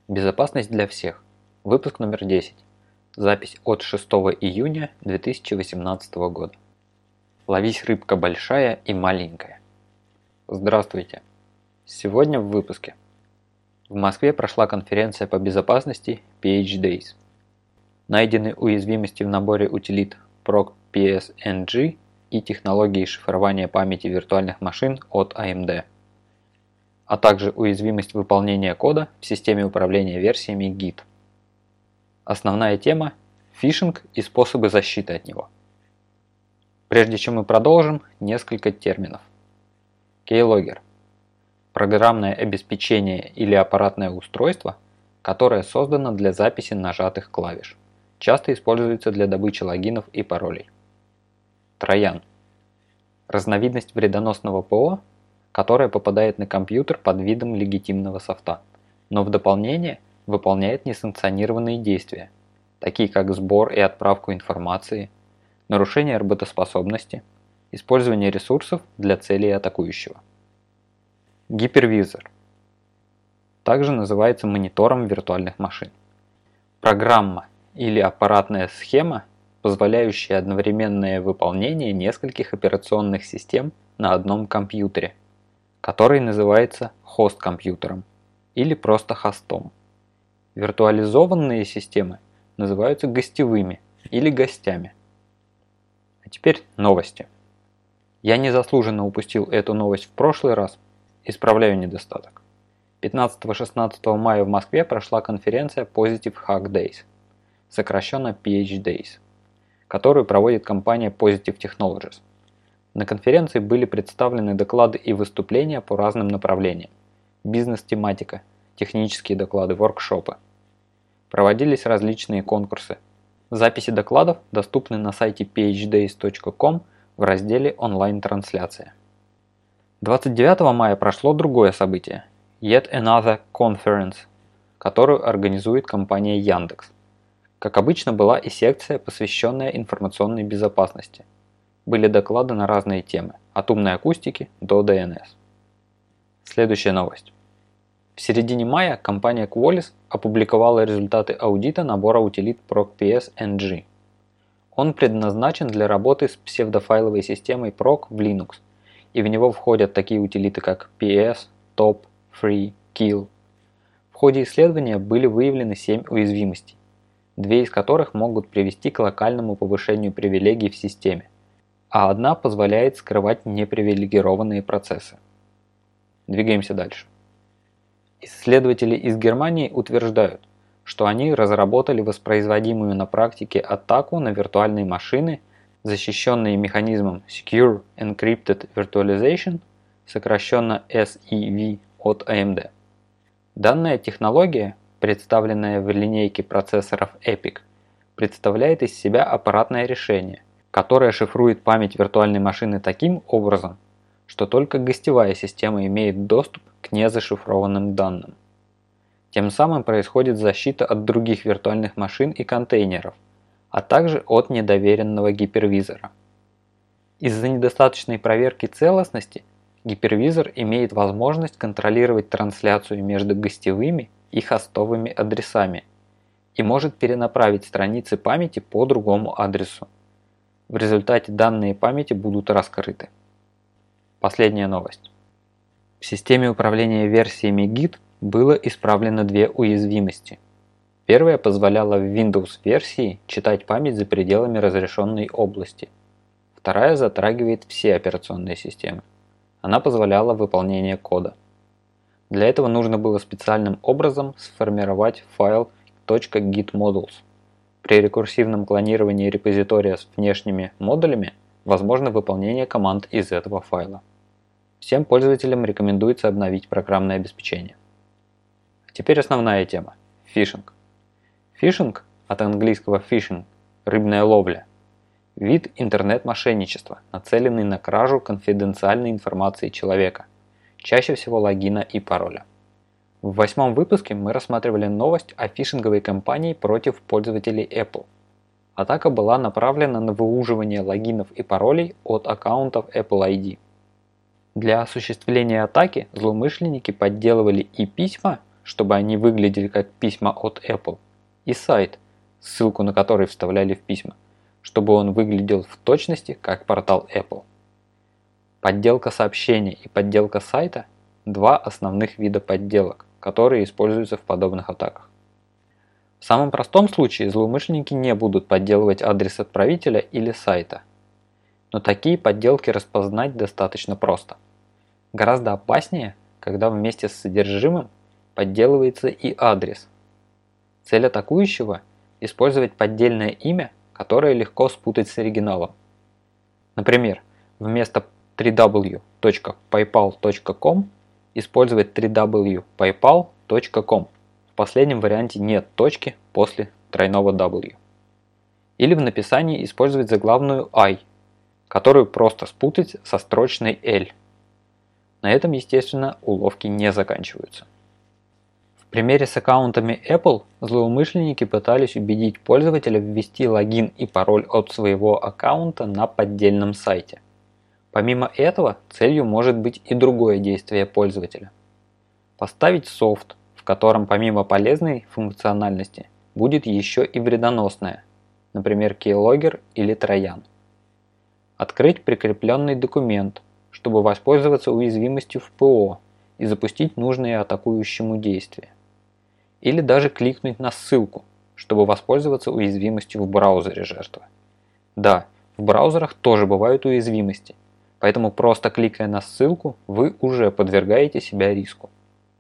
Безопасность для всех. Выпуск номер 10. Запись от 6 июня 2018 года. Ловись, рыбка большая и маленькая. Здравствуйте. Сегодня в выпуске. В Москве прошла конференция по безопасности PHDays. Найдены уязвимости в наборе утилит ProcPSNG и технологии шифрования памяти виртуальных машин от AMD. А также уязвимость выполнения кода в системе управления версиями Git. Основная тема – фишинг и способы защиты от него. Прежде чем мы продолжим, несколько терминов. Keylogger – программное обеспечение или аппаратное устройство, которое создано для записи нажатых клавиш. Часто используется для добычи логинов и паролей. Троян – разновидность вредоносного ПО, которая попадает на компьютер под видом легитимного софта, но в дополнение выполняет несанкционированные действия, такие как сбор и отправку информации, нарушение работоспособности, использование ресурсов для целей атакующего. Гипервизор также называется монитором виртуальных машин. Программа или аппаратная схема, позволяющая одновременное выполнение нескольких операционных систем на одном компьютере, который называется хост-компьютером или просто хостом. Виртуализованные системы называются гостевыми или гостями. А теперь новости. Я незаслуженно упустил эту новость в прошлый раз, исправляю недостаток. 15-16 мая в Москве прошла конференция Positive Hack Days, сокращенно PHDays, которую проводит компания Positive Technologies. На конференции были представлены доклады и выступления по разным направлениям. Бизнес-тематика, технические доклады, воркшопы. Проводились различные конкурсы. Записи докладов доступны на сайте phdays.com в разделе «Онлайн-трансляция». 29 мая прошло другое событие – Yet Another Conference, которую организует компания Яндекс. Как обычно, была и секция, посвященная информационной безопасности. Были доклады на разные темы, от умной акустики до DNS. Следующая новость. В середине мая компания Qualys опубликовала результаты аудита набора утилит ProcPSNG. Он предназначен для работы с псевдофайловой системой Proc в Linux, и в него входят такие утилиты, как PS, Top, Free, Kill. В ходе исследования были выявлены 7 уязвимостей, 2 из которых могут привести к локальному повышению привилегий в системе, а одна позволяет скрывать непривилегированные процессы. Двигаемся дальше. Исследователи из Германии утверждают, что они разработали воспроизводимую на практике атаку на виртуальные машины, защищенные механизмом Secure Encrypted Virtualization, сокращенно SEV от AMD. Данная технология, представленная в линейке процессоров EPIC, представляет из себя аппаратное решение, которая шифрует память виртуальной машины таким образом, что только гостевая система имеет доступ к незашифрованным данным. Тем самым происходит защита от других виртуальных машин и контейнеров, а также от недоверенного гипервизора. Из-за недостаточной проверки целостности гипервизор имеет возможность контролировать трансляцию между гостевыми и хостовыми адресами и может перенаправить страницы памяти по другому адресу. В результате данные памяти будут раскрыты. Последняя новость. В системе управления версиями Git было исправлено 2 уязвимости. Первая позволяла в Windows-версии читать память за пределами разрешенной области. Вторая затрагивает все операционные системы. Она позволяла выполнение кода. Для этого нужно было специальным образом сформировать файл .gitmodules. При рекурсивном клонировании репозитория с внешними модулями возможно выполнение команд из этого файла. Всем пользователям рекомендуется обновить программное обеспечение. Теперь основная тема – фишинг. Фишинг, от английского fishing – рыбная ловля, вид интернет-мошенничества, нацеленный на кражу конфиденциальной информации человека, чаще всего логина и пароля. В 8-м выпуске мы рассматривали новость о фишинговой кампании против пользователей Apple. Атака была направлена на выуживание логинов и паролей от аккаунтов Apple ID. Для осуществления атаки злоумышленники подделывали и письма, чтобы они выглядели как письма от Apple, и сайт, ссылку на который вставляли в письма, чтобы он выглядел в точности как портал Apple. Подделка сообщений и подделка сайта – два основных вида подделок, которые используются в подобных атаках. В самом простом случае злоумышленники не будут подделывать адрес отправителя или сайта. Но такие подделки распознать достаточно просто. Гораздо опаснее, когда вместе с содержимым подделывается и адрес. Цель атакующего – использовать поддельное имя, которое легко спутать с оригиналом. Например, вместо www.paypal.com использовать www.paypal.com. В последнем варианте нет точки после тройного W. Или в написании использовать заглавную I, которую просто спутать со строчной L. На этом, естественно, уловки не заканчиваются. В примере с аккаунтами Apple злоумышленники пытались убедить пользователя ввести логин и пароль от своего аккаунта на поддельном сайте. Помимо этого, целью может быть и другое действие пользователя. Поставить софт, в котором помимо полезной функциональности будет еще и вредоносная, например, Keylogger или Троян. Открыть прикрепленный документ, чтобы воспользоваться уязвимостью в ПО и запустить нужные атакующему действия. Или даже кликнуть на ссылку, чтобы воспользоваться уязвимостью в браузере жертвы. Да, в браузерах тоже бывают уязвимости, поэтому просто кликая на ссылку, вы уже подвергаете себя риску.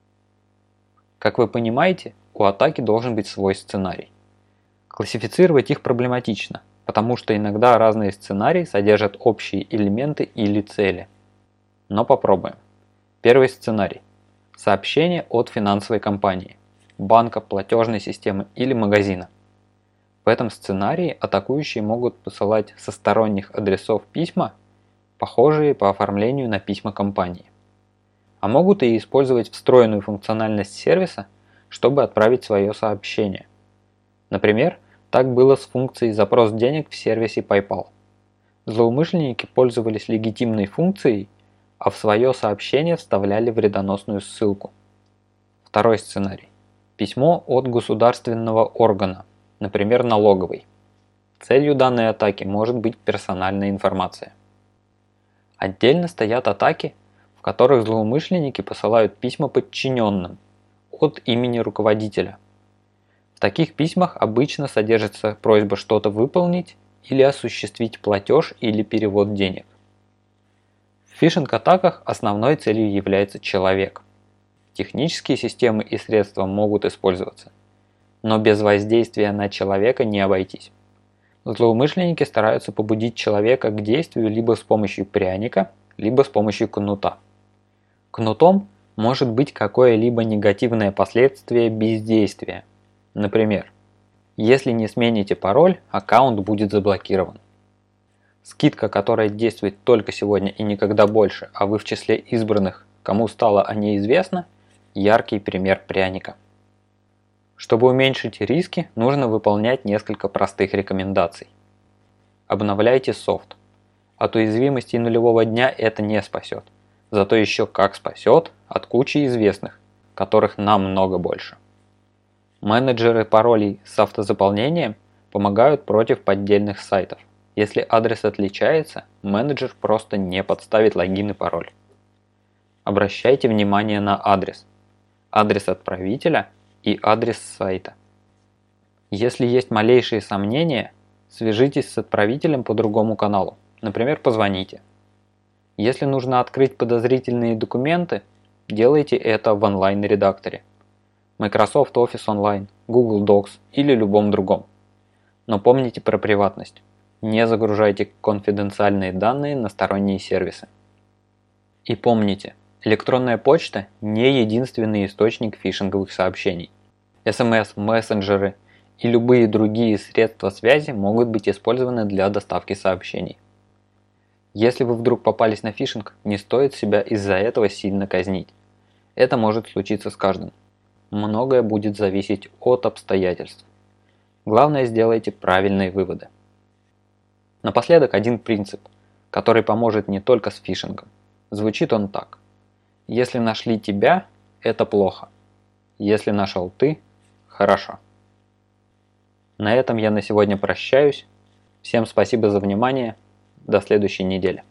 Как вы понимаете, у атаки должен быть свой сценарий. Классифицировать их проблематично, потому что иногда разные сценарии содержат общие элементы или цели. Но попробуем. Первый сценарий. Сообщение от финансовой компании, банка, платежной системы или магазина. В этом сценарии атакующие могут посылать со сторонних адресов письма, похожие по оформлению на письма компании. А могут и использовать встроенную функциональность сервиса, чтобы отправить свое сообщение. Например, так было с функцией «Запрос денег» в сервисе PayPal. Злоумышленники пользовались легитимной функцией, а в свое сообщение вставляли вредоносную ссылку. Второй сценарий. Письмо от государственного органа, например, налоговой. Целью данной атаки может быть персональная информация. Отдельно стоят атаки, в которых злоумышленники посылают письма подчиненным от имени руководителя. В таких письмах обычно содержится просьба что-то выполнить или осуществить платеж или перевод денег. В фишинг-атаках основной целью является человек. Технические системы и средства могут использоваться, но без воздействия на человека не обойтись. Злоумышленники стараются побудить человека к действию либо с помощью пряника, либо с помощью кнута. Кнутом может быть какое-либо негативное последствие бездействия. Например, если не смените пароль, аккаунт будет заблокирован. Скидка, которая действует только сегодня и никогда больше, а вы в числе избранных, кому стало о ней известно, яркий пример пряника. Чтобы уменьшить риски, нужно выполнять несколько простых рекомендаций. Обновляйте софт. От уязвимости нулевого дня это не спасет. Зато еще как спасет от кучи известных, которых намного больше. Менеджеры паролей с автозаполнением помогают против поддельных сайтов. Если адрес отличается, менеджер просто не подставит логин и пароль. Обращайте внимание на адрес. Адрес отправителя и адрес сайта. Если есть малейшие сомнения, свяжитесь с отправителем по другому каналу, например, позвоните. Если нужно открыть подозрительные документы, делайте это в онлайн-редакторе. Microsoft Office Online, Google Docs или любом другом. Но помните про приватность. Не загружайте конфиденциальные данные на сторонние сервисы. И помните, электронная почта не единственный источник фишинговых сообщений. СМС, мессенджеры и любые другие средства связи могут быть использованы для доставки сообщений. Если вы вдруг попались на фишинг, не стоит себя из-за этого сильно казнить. Это может случиться с каждым. Многое будет зависеть от обстоятельств. Главное, сделайте правильные выводы. Напоследок один принцип, который поможет не только с фишингом. Звучит он так. Если нашли тебя, это плохо. Если нашел ты, хорошо. На этом я на сегодня прощаюсь. Всем спасибо за внимание. До следующей недели.